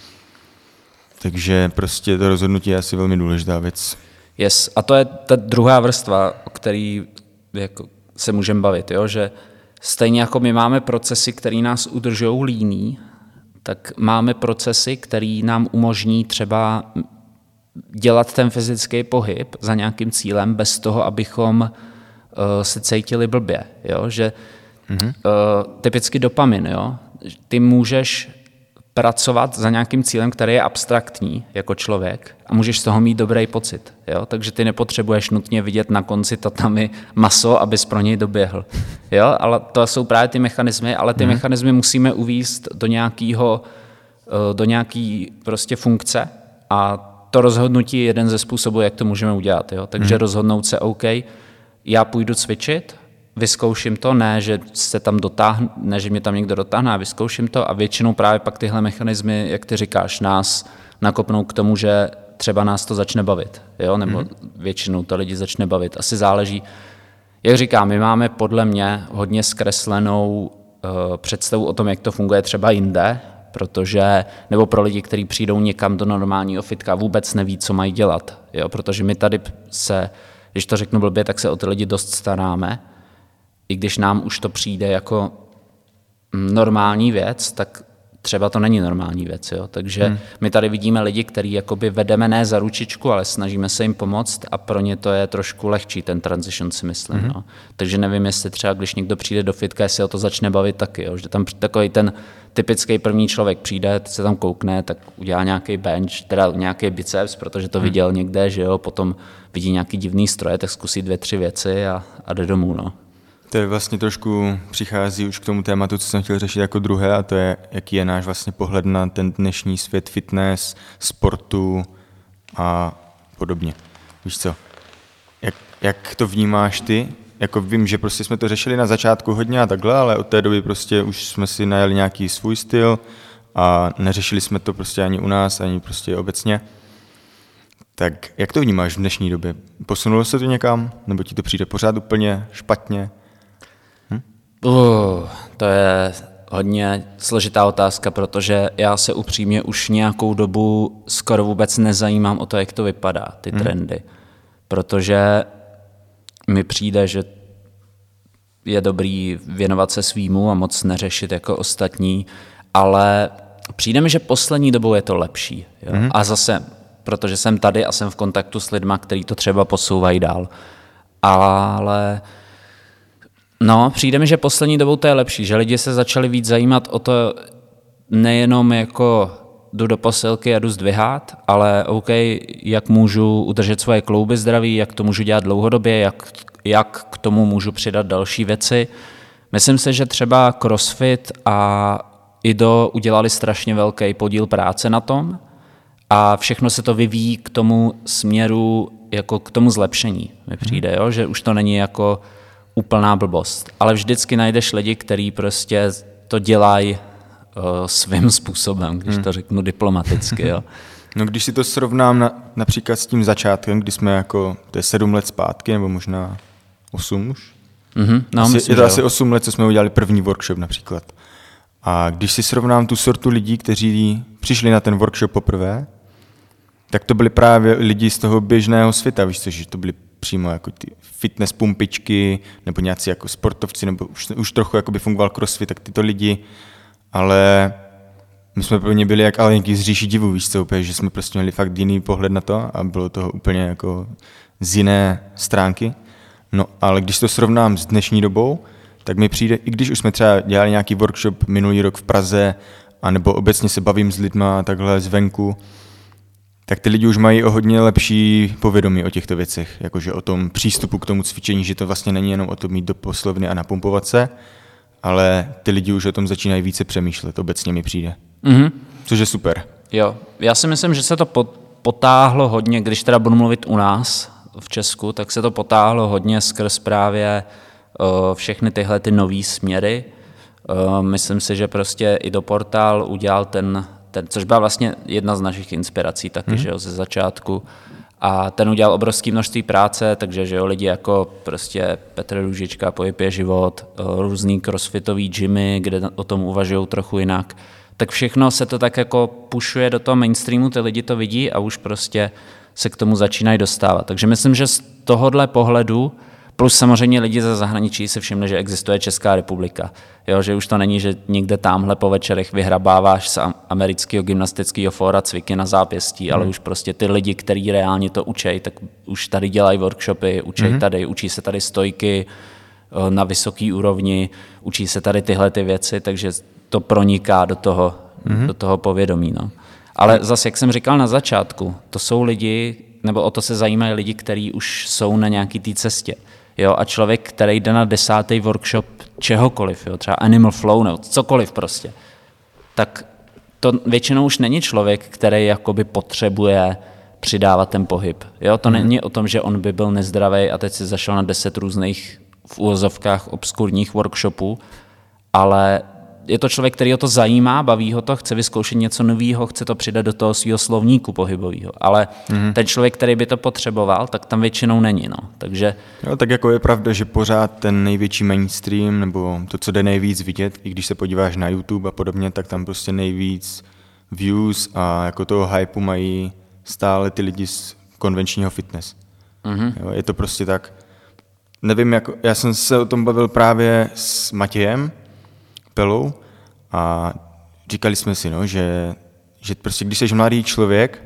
Takže prostě to rozhodnutí je asi velmi důležitá věc.
Yes, a to je ta druhá vrstva, o který jako se můžeme bavit, jo? Že stejně jako my máme procesy, které nás udržují líní, tak máme procesy, které nám umožní třeba dělat ten fyzický pohyb za nějakým cílem bez toho, abychom uh, se cítili blbě. Jo? Že, mm-hmm. uh, typicky dopamin. Jo? Ty můžeš pracovat za nějakým cílem, který je abstraktní jako člověk a můžeš z toho mít dobrý pocit. Jo? Takže ty nepotřebuješ nutně vidět na konci tatami maso, abys pro něj doběhl. Jo? Ale to jsou právě ty mechanismy, ale ty mm-hmm. mechanismy musíme uvést do nějakého, do nějaký prostě funkce a to rozhodnutí je jeden ze způsobů, jak to můžeme udělat. Jo? Takže mm-hmm. rozhodnout se, OK, já půjdu cvičit, vyzkouším to, ne, že se tam dotáhne, ne, že mě tam někdo dotáhne, a vyzkouším to a většinou právě pak tyhle mechanismy, jak ty říkáš, nás nakopnou k tomu, že třeba nás to začne bavit, jo? Nebo mm. většinou to lidi začne bavit. Asi záleží. Jak říkám, my máme podle mě hodně zkreslenou uh, představu o tom, jak to funguje třeba jinde, protože, nebo pro lidi, kteří přijdou někam do normálního fitka, vůbec neví, co mají dělat, jo? Protože my tady se, když to řeknu blbě, tak se o ty lidi dost staráme, i když nám už to přijde jako normální věc, tak třeba to není normální věc. Jo? Takže hmm. my tady vidíme lidi, který jakoby vedeme ne za ručičku, ale snažíme se jim pomoct a pro ně to je trošku lehčí, ten transition, si myslím. Hmm. No. Takže nevím, jestli třeba, když někdo přijde do fitka, jestli o to začne bavit taky. Jo? Že tam takový ten typický první člověk přijde, se tam koukne, tak udělá nějaký bench, teda nějaký biceps, protože to hmm. viděl někde, že jo, potom vidí nějaký divný stroje, tak zkusí dvě, tři věci a, a jde domů. No.
To je vlastně trošku přichází už k tomu tématu, co jsem chtěl řešit jako druhé, a to je, jaký je náš vlastně pohled na ten dnešní svět fitness, sportu a podobně. Víš co, jak, jak to vnímáš ty? Jako vím, že prostě jsme to řešili na začátku hodně a takhle, ale od té doby prostě už jsme si najeli nějaký svůj styl a neřešili jsme to prostě ani u nás, ani prostě obecně. Tak jak to vnímáš v dnešní době? Posunulo se to někam? Nebo ti to přijde pořád úplně špatně? Hm?
Uh, to je hodně složitá otázka, protože já se upřímně už nějakou dobu skoro vůbec nezajímám o to, jak to vypadá, ty hm. trendy. Protože mi přijde, že je dobrý věnovat se svýmu a moc neřešit jako ostatní, ale přijde mi, že poslední dobou je to lepší. Jo? Mm-hmm. A zase, protože jsem tady a jsem v kontaktu s lidma, kteří to třeba posouvají dál. Ale no, přijde mi, že poslední dobou to je lepší, že lidi se začali víc zajímat o to nejenom jako jdu do posilky a jdu zdvihat, ale OK, jak můžu udržet svoje klouby zdraví, jak to můžu dělat dlouhodobě, jak, jak k tomu můžu přidat další věci. Myslím si, že třeba CrossFit a I D O udělali strašně velký podíl práce na tom a všechno se to vyvíjí k tomu směru, jako k tomu zlepšení, mi přijde, jo? Že už to není jako úplná blbost. Ale vždycky najdeš lidi, kteří prostě to dělají uh, svým způsobem, když hmm. to řeknu diplomaticky. Jo?
No když si to srovnám na, například s tím začátkem, kdy jsme jako, to je sedm let zpátky, nebo možná osm už. Mm-hmm. No, asi, myslím, je to asi osm let, co jsme udělali první workshop například. A když si srovnám tu sortu lidí, kteří přišli na ten workshop poprvé, tak to byli právě lidi z toho běžného světa, víš co, že to byli přímo jako ty fitness pumpičky, nebo nějací jako sportovci, nebo už, už trochu jako by fungoval crossfit, tak tyto lidi, ale my jsme pro ně byli jak alenky z říši divu, víš co, úplně, že jsme prostě měli fakt jiný pohled na to a bylo to úplně jako z jiné stránky. No ale když to srovnám s dnešní dobou, tak mi přijde, i když už jsme třeba dělali nějaký workshop minulý rok v Praze, anebo obecně se bavím s lidma takhle zvenku, tak ty lidi už mají o hodně lepší povědomí o těchto věcech, jakože o tom přístupu k tomu cvičení, že to vlastně není jenom o tom mít do posilovny a napumpovat se, ale ty lidi už o tom začínají více přemýšlet, obecně mi přijde. Mm-hmm. Což je super. Jo,
já si myslím, že se to potáhlo hodně, když teda budu mluvit u nás v Česku, tak se to potáhlo hodně skrz právě uh, všechny tyhle ty nový směry. Uh, myslím si, že prostě i do Portál udělal ten Ten, což byla vlastně jedna z našich inspirací taky, mm. že jo, ze začátku. A ten udělal obrovské množství práce, takže že jo, lidi jako prostě Petr Růžička, Pohyb je život, různý crossfitový gymy, kde o tom uvažují trochu jinak. Tak všechno se to tak jako pušuje do toho mainstreamu, ty lidi to vidí a už prostě se k tomu začínají dostávat. Takže myslím, že z tohohle pohledu plus samozřejmě lidi ze zahraničí si všimli, že existuje Česká republika. Jo, že už to není, že někde tamhle po večerech vyhrabáváš z amerického gymnastického fóra cviky na zápěstí, mm. ale už prostě ty lidi, kteří reálně to učej, tak už tady dělají workshopy, učej mm. tady, učí se tady stojky na vysoké úrovni, učí se tady tyhle ty věci, takže to proniká do toho, mm. do toho povědomí. No. Ale zase, jak jsem říkal na začátku, to jsou lidi, nebo o to se zajímají lidi, kteří už jsou na nějaký té cestě. Jo, a člověk, který jde na desátý workshop čehokoliv, jo, třeba Animal Flow, nebo cokoliv prostě, tak to většinou už není člověk, který jakoby potřebuje přidávat ten pohyb. Jo, to mm. není o tom, že on by byl nezdravý a teď si zašel na deset různých v úvozovkách obskurních workshopů, ale je to člověk, který ho to zajímá, baví ho to, chce vyzkoušet něco nového, chce to přidat do toho svého slovníku pohybového. Ale mm-hmm. ten člověk, který by to potřeboval, tak tam většinou není. No. Takže...
Jo, tak jako je pravda, že pořád ten největší mainstream, nebo to, co jde nejvíc vidět, i když se podíváš na YouTube a podobně, tak tam prostě nejvíc views a jako toho hypeu mají stále ty lidi z konvenčního fitness. Mm-hmm. Jo, je to prostě tak. Nevím, jako, já jsem se o tom bavil právě s Matějem Pelou a říkali jsme si, no, že, že prostě když jsi mladý člověk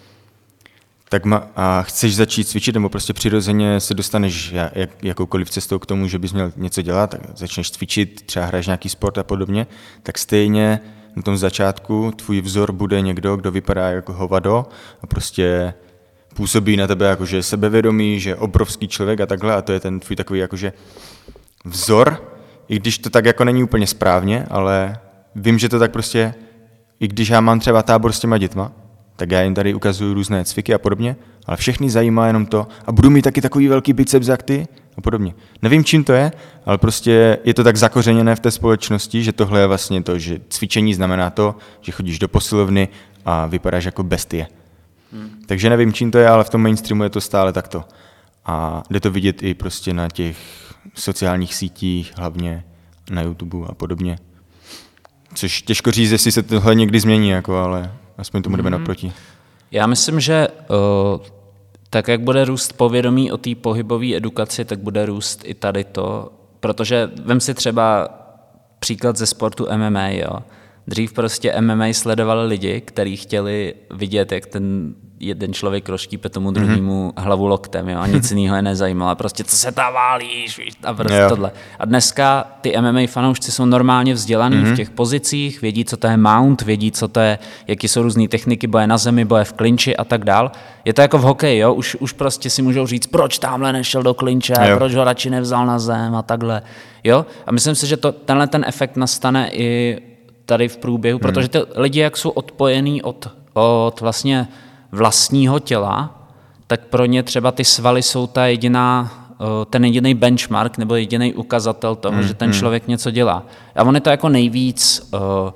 tak ma, a chceš začít cvičit nebo prostě přirozeně se dostaneš jak, jakoukoliv cestou k tomu, že bys měl něco dělat, tak začneš cvičit, třeba hraješ nějaký sport a podobně, tak stejně na tom začátku tvůj vzor bude někdo, kdo vypadá jako hovado a prostě působí na tebe jakože sebevědomý, že obrovský člověk a takhle a to je ten tvůj takový jakože vzor, i když to tak jako není úplně správně, ale vím, že to tak prostě, i když já mám třeba tábor s těma dětma, tak já jim tady ukazuju různé cviky a podobně, ale všechny zajímá jenom to a budu mít taky takový velký biceps jak ty a podobně. Nevím, čím to je, ale prostě je to tak zakořeněné v té společnosti, že tohle je vlastně to, že cvičení znamená to, že chodíš do posilovny a vypadáš jako bestie. Hmm. Takže nevím, čím to je, ale v tom mainstreamu je to stále takto. A jde to vidět i prostě na těch sociálních sítích, hlavně na YouTube a podobně. Což těžko říct, jestli se tohle někdy změní, jako, ale aspoň tomu jdeme mm. naproti.
Já myslím, že uh, tak, jak bude růst povědomí o té pohybové edukaci, tak bude růst i tady to, protože vem si třeba příklad ze sportu M M A, jo. Dřív prostě M M A sledovali lidi, kteří chtěli vidět, jak ten jeden člověk rozštípe tomu druhému mm-hmm. hlavu loktem, jo, a nic jiného je nezajímalo. A prostě, co se tam válíš, víš, a prostě jo. tohle. A dneska ty M M A fanoušci jsou normálně vzdělaný mm-hmm. v těch pozicích, vědí, co to je mount, vědí, co to je, jaký jsou různé techniky boje na zemi, boje v klinči a tak dál. Je to jako v hokeji, jo, už, už prostě si můžou říct, proč tamhle nešel do klinče, jo. proč ho radši nevzal na zem a takhle, jo. A myslím si, že to, tenhle ten efekt nastane i tady v průběhu, mm. protože ty lidi, jak jsou odpojení od, od vlastně vlastního těla, tak pro ně třeba ty svaly jsou ta jediná, ten jediný benchmark nebo jediný ukazatel toho, mm, že ten člověk mm. něco dělá. A on je to jako nejvíc,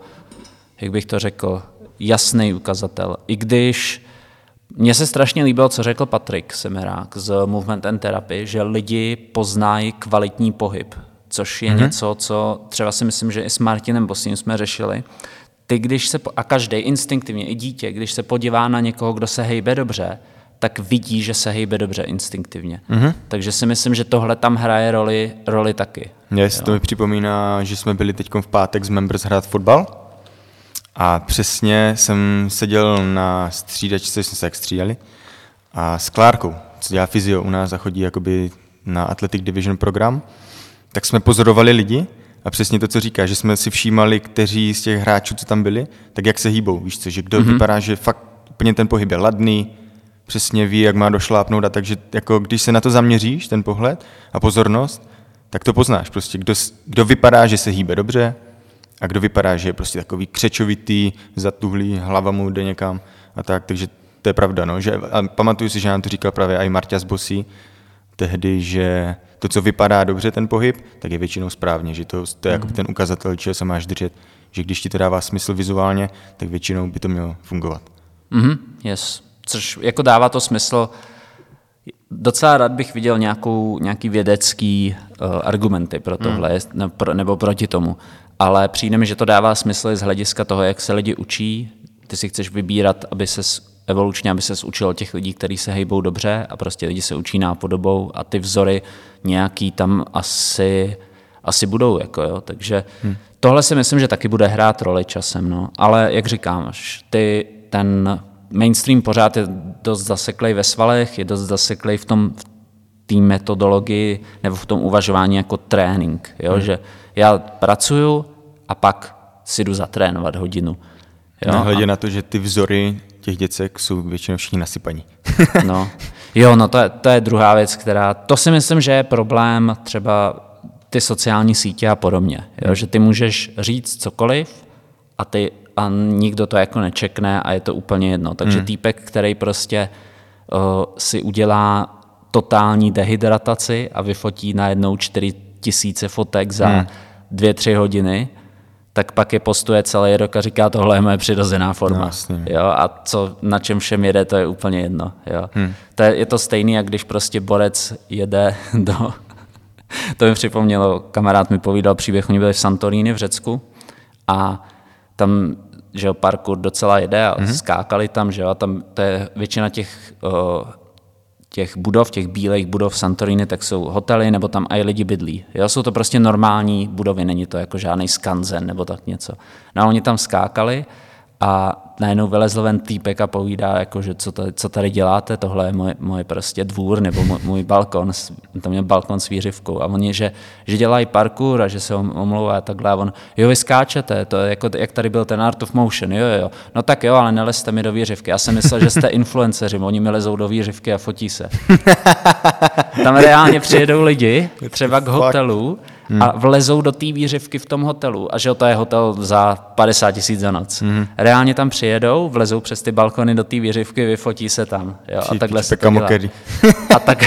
jak bych to řekl, jasný ukazatel. I když mně se strašně líbilo, co řekl Patrik Semerák z Movement and Therapy, že lidi poznají kvalitní pohyb, což je mm. něco, co třeba si myslím, že i s Martinem Bosým jsme řešili. Ty, když se, a každý instinktivně, i dítě, když se podívá na někoho, kdo se hejbe dobře, tak vidí, že se hejbe dobře instinktivně. Mm-hmm. Takže si myslím, že tohle tam hraje roli, roli taky.
Yes, to mi připomíná, že jsme byli teď v pátek s Members hrát fotbal a přesně jsem seděl na střídačce, jsme se jak střídali, a s Klárkou, co dělá fyzio u nás a chodí jakoby na Athletic Division program, tak jsme pozorovali lidi. A přesně to, co říká, že jsme si všímali, kteří z těch hráčů, co tam byli, tak jak se hýbou, víš co, že kdo mm-hmm. vypadá, že fakt úplně ten pohyb je ladný, přesně ví, jak má došlápnout, a takže jako když se na to zaměříš, ten pohled a pozornost, tak to poznáš prostě, kdo, kdo vypadá, že se hýbe dobře a kdo vypadá, že je prostě takový křečovitý, zatuhlý, hlava mu jde někam a tak, takže to je pravda, no, že, a pamatuju si, že nám to říkal právě i Marťas Bosý tehdy, že to, co vypadá dobře, ten pohyb, tak je většinou správně, že to, to je mm. jako ten ukazatel, čeho se máš držet, že když ti to dává smysl vizuálně, tak většinou by to mělo fungovat.
Mm-hmm, yes. Což jako dává to smysl. Docela rád bych viděl nějakou, nějaký vědecký uh, argumenty pro tohle, mm. ne, pro, nebo proti tomu, ale přijde mi, že to dává smysl z hlediska toho, jak se lidi učí. Ty si chceš vybírat, aby ses evolučně, aby ses učil těch lidí, kteří se hejbou dobře, a prostě lidi se učí nápodobou a ty vzory nějaký tam asi, asi budou. Jako jo. Takže hmm. tohle si myslím, že taky bude hrát roli časem. No. Ale jak říkám, ty, ten mainstream pořád je dost zaseklej ve svalech, je dost zaseklej v tom v té metodologii nebo v tom uvažování jako trénink. Jo? Hmm. Že já pracuju a pak si jdu zatrénovat hodinu. Jo?
Nehledě
a...
na to, že ty vzory těch děcek jsou většinou všichni nasypaní.
No, jo, no to je, to je druhá věc, která, to si myslím, že je problém třeba ty sociální sítě a podobně, jo? Že ty můžeš říct cokoliv a ty a nikdo to jako nečekne a je to úplně jedno. Takže hmm. týpek, který prostě uh, si udělá totální dehydrataci a vyfotí najednou čtyři tisíce fotek za hmm. dvě, tři hodiny, tak pak je postuje celý rok a říká, tohle je moje přirozená forma. No, jo, a co, na čem všem jede, to je úplně jedno. Jo. Hmm. To je, je to stejný, jak když prostě borec jede do... To mi připomnělo, kamarád mi povídal příběh, oni byli v Santorini v Řecku a tam, že jo, parkour docela jede a hmm. skákali tam, že jo, a tam to je většina těch... O, těch budov, těch bílých budov v Santorini, tak jsou hotely, nebo tam i lidi bydlí. Jo, jsou to prostě normální budovy, není to jako žádný skanzen nebo tak něco. No a oni tam skákali a najednou vylezl ven týpek a povídá, jako, že co, tady, co tady děláte, tohle je moje, moje prostě dvůr nebo můj, můj balkon, tam měl balkon s výřivkou a oni, že, že dělají parkour a že se omlouvá a takhle a on, jo, vy skáčete, to je jako, jak tady byl ten Art of Motion, jo, jo, no tak jo, ale nelezte mi do výřivky, já jsem myslel, že jste influenceři, oni mi lezou do výřivky a fotí se. Tam reálně přijedou lidi, třeba k hotelu, Hmm. a vlezou do té výřivky v tom hotelu. A že to je hotel za padesát tisíc za noc. Hmm. Reálně tam přijedou, vlezou přes ty balkony do té výřivky, vyfotí se tam. Jo? A takhle se to dělá. A, tak,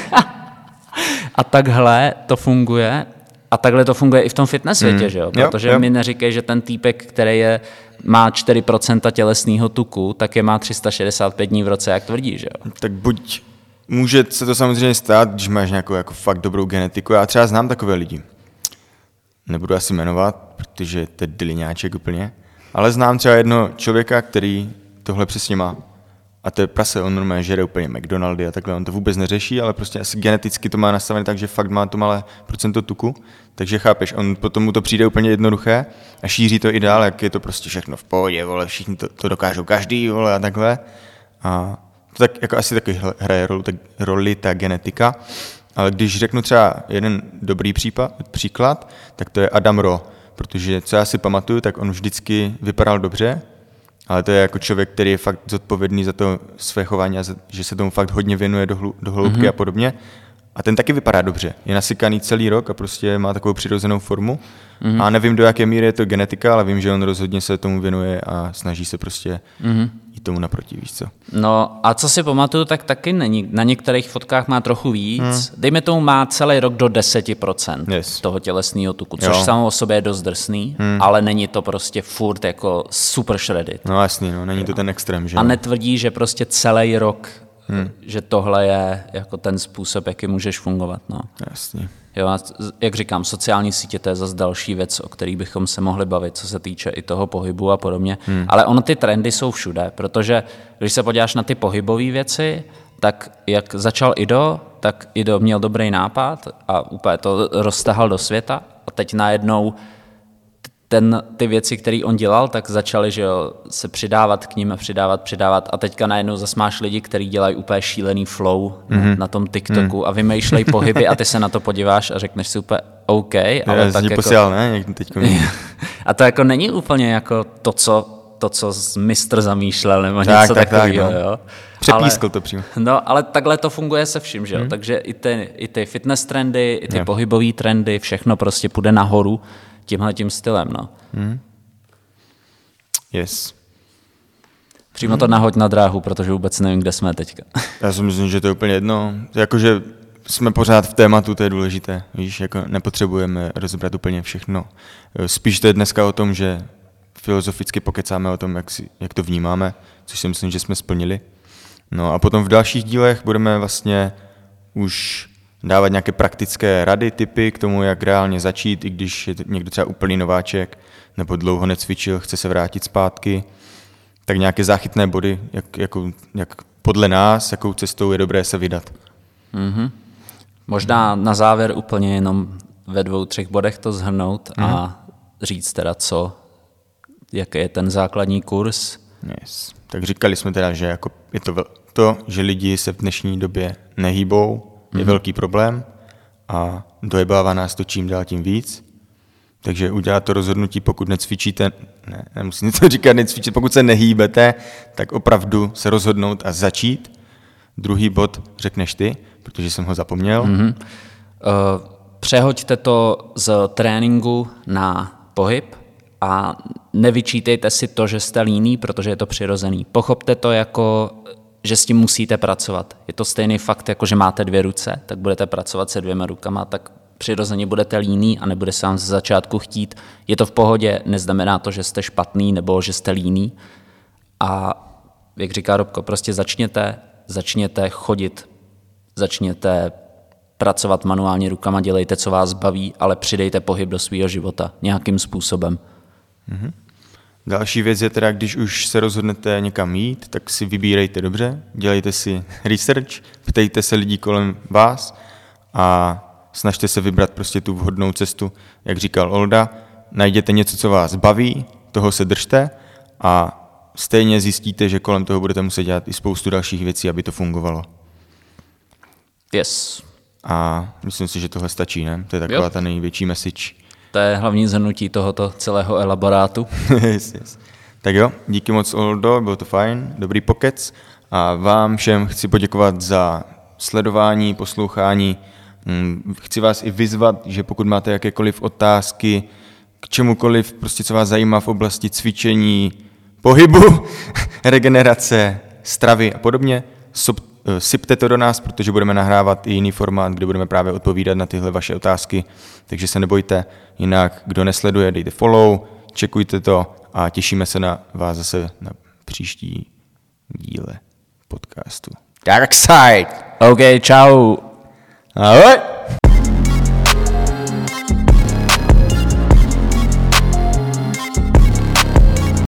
a takhle to funguje. A takhle to funguje i v tom fitness světě, hmm. že jo? Protože jo, jo. mi neříkej, že ten týpek, který je, má čtyři procenta tělesného tuku, tak je má tři sta šedesát pět dní v roce, jak tvrdí, že jo?
Tak buď může se to samozřejmě stát, když máš nějakou jako fakt dobrou genetiku. Já třeba znám takové lidi. Nebudu asi jmenovat, protože to je dyliňáček úplně, ale znám třeba jednoho člověka, který tohle přesně má. a to je prase, on normálně žere úplně McDonaldy a takhle, on to vůbec neřeší, ale prostě asi geneticky to má nastavené tak, že fakt má to malé procento tuku, takže chápeš, on potom mu to přijde úplně jednoduché a šíří to i dál, jak je to prostě všechno v pohodě, vole, všichni to, to dokážou každý, vole, a takhle. A to tak jako asi taky hraje roli, tak, roli ta genetika, ale když řeknu třeba jeden dobrý případ, příklad, tak to je Adam Rowe, protože co já si pamatuju, tak on vždycky vypadal dobře, ale to je jako člověk, který je fakt zodpovědný za to své chování a za, že se tomu fakt hodně věnuje do, hlu, do hloubky mm-hmm. a podobně. A ten taky vypadá dobře. Je nasykaný celý rok a prostě má takovou přirozenou formu. Mm-hmm. A nevím, do jaké míry je to genetika, ale vím, že on rozhodně se tomu věnuje a snaží se prostě mm-hmm. jít tomu naproti, víš co.
No a co si pamatuju, tak taky není. Na některých fotkách má trochu víc. Mm. Dejme tomu, má celý rok do deset procent yes. toho tělesného tuku, což jo. samo o sobě je dost drsný, mm. ale není to prostě furt jako super shredded.
No jasný, no, není jo. to ten extrém, že?
A netvrdí, že prostě celý rok Hmm. že tohle je jako ten způsob, jaký můžeš fungovat. No.
Jasně.
Jo, a jak říkám, sociální sítě, to je zase další věc, o který bychom se mohli bavit, co se týče i toho pohybu a podobně. Hmm. Ale ono ty trendy jsou všude, protože když se podíváš na ty pohybové věci, tak jak začal Ido, tak Ido měl dobrý nápad a úplně to roztahal do světa a teď najednou ten, ty věci, které on dělal, tak začaly, že jo, se přidávat k ním a přidávat, přidávat a teďka najednou zase máš lidi, kteří dělají úplně šílený flow mm-hmm. na tom TikToku mm. a vymýšlejí pohyby a ty se na to podíváš a řekneš si úplně OK, ale
já
tak jako...
posílal, ne? Jak teďko
a to jako není úplně jako to, co, to, co mistr zamýšlel nebo
tak,
něco
tak,
takového,
tak, no.
jo.
Přepískl
ale,
to přímo.
No, ale takhle to funguje se vším, že jo, mm. takže i ty, i ty fitness trendy, i ty yeah. pohybové trendy, všechno prostě půjde nahoru tímhletím stylem, no. Mm.
Yes.
Přímo to nahoď na dráhu, protože vůbec nevím, kde jsme teďka.
Já si myslím, že to je úplně jedno. Jakože jsme pořád v tématu, to je důležité. Víš, jako nepotřebujeme rozebrat úplně všechno. Spíš to je dneska o tom, že filozoficky pokecáme o tom, jak, si, jak to vnímáme, což si myslím, že jsme splnili. No a potom v dalších dílech budeme vlastně už dávat nějaké praktické rady, tipy k tomu, jak reálně začít, i když je někdo třeba úplný nováček, nebo dlouho necvičil, chce se vrátit zpátky, tak nějaké záchytné body, jak, jako, jak podle nás, jakou cestou je dobré se vydat. Mm-hmm.
Možná na závěr úplně jenom ve dvou, třech bodech to shrnout mm-hmm. a říct teda co, jaký je ten základní kurz.
Yes. Tak říkali jsme teda, že jako je to to, že lidi se v dnešní době nehýbou, je mm-hmm. velký problém a dojebává nás to čím dál tím víc. Takže udělat to rozhodnutí, pokud necvičíte, ne, nemusím to říkat, necvičit, pokud se nehýbete, tak opravdu se rozhodnout a začít. Druhý bod řekneš ty, protože jsem ho zapomněl. Mm-hmm. Uh,
přehoďte to z tréninku na pohyb a nevyčítejte si to, že jste líný, protože je to přirozený. Pochopte to jako, že s tím musíte pracovat. Je to stejný fakt, jako že máte dvě ruce, tak budete pracovat se dvěma rukama, tak přirozeně budete líný a nebude se vám ze začátku chtít. Je to v pohodě, neznamená to, že jste špatný nebo že jste líný. A jak říká Robko, prostě začněte, začněte chodit, začněte pracovat manuálně rukama, dělejte, co vás baví, ale přidejte pohyb do svého života nějakým způsobem.
Mm-hmm. Další věc je teda, když už se rozhodnete někam jít, tak si vybírejte dobře, dělejte si research, ptejte se lidí kolem vás a snažte se vybrat prostě tu vhodnou cestu, jak říkal Olda, najděte něco, co vás baví, toho se držte a stejně zjistíte, že kolem toho budete muset dělat i spoustu dalších věcí, aby to fungovalo.
Yes.
A myslím si, že tohle stačí, ne? To je taková jo. ta největší message.
To je hlavní shrnutí tohoto celého elaborátu.
yes, yes. Tak jo, díky moc Oldo, bylo to fajn, dobrý pokec a vám všem chci poděkovat za sledování, poslouchání. Chci vás i vyzvat, že pokud máte jakékoliv otázky k čemukoliv, prostě co vás zajímá v oblasti cvičení, pohybu, regenerace, stravy a podobně, sypte to do nás, protože budeme nahrávat i jiný formát, kde budeme právě odpovídat na tyhle vaše otázky, takže se nebojte, jinak kdo nesleduje, dejte follow, čekujte to a těšíme se na vás zase na příští díle podcastu. Dark Side!
OK, čau!
Ahoj!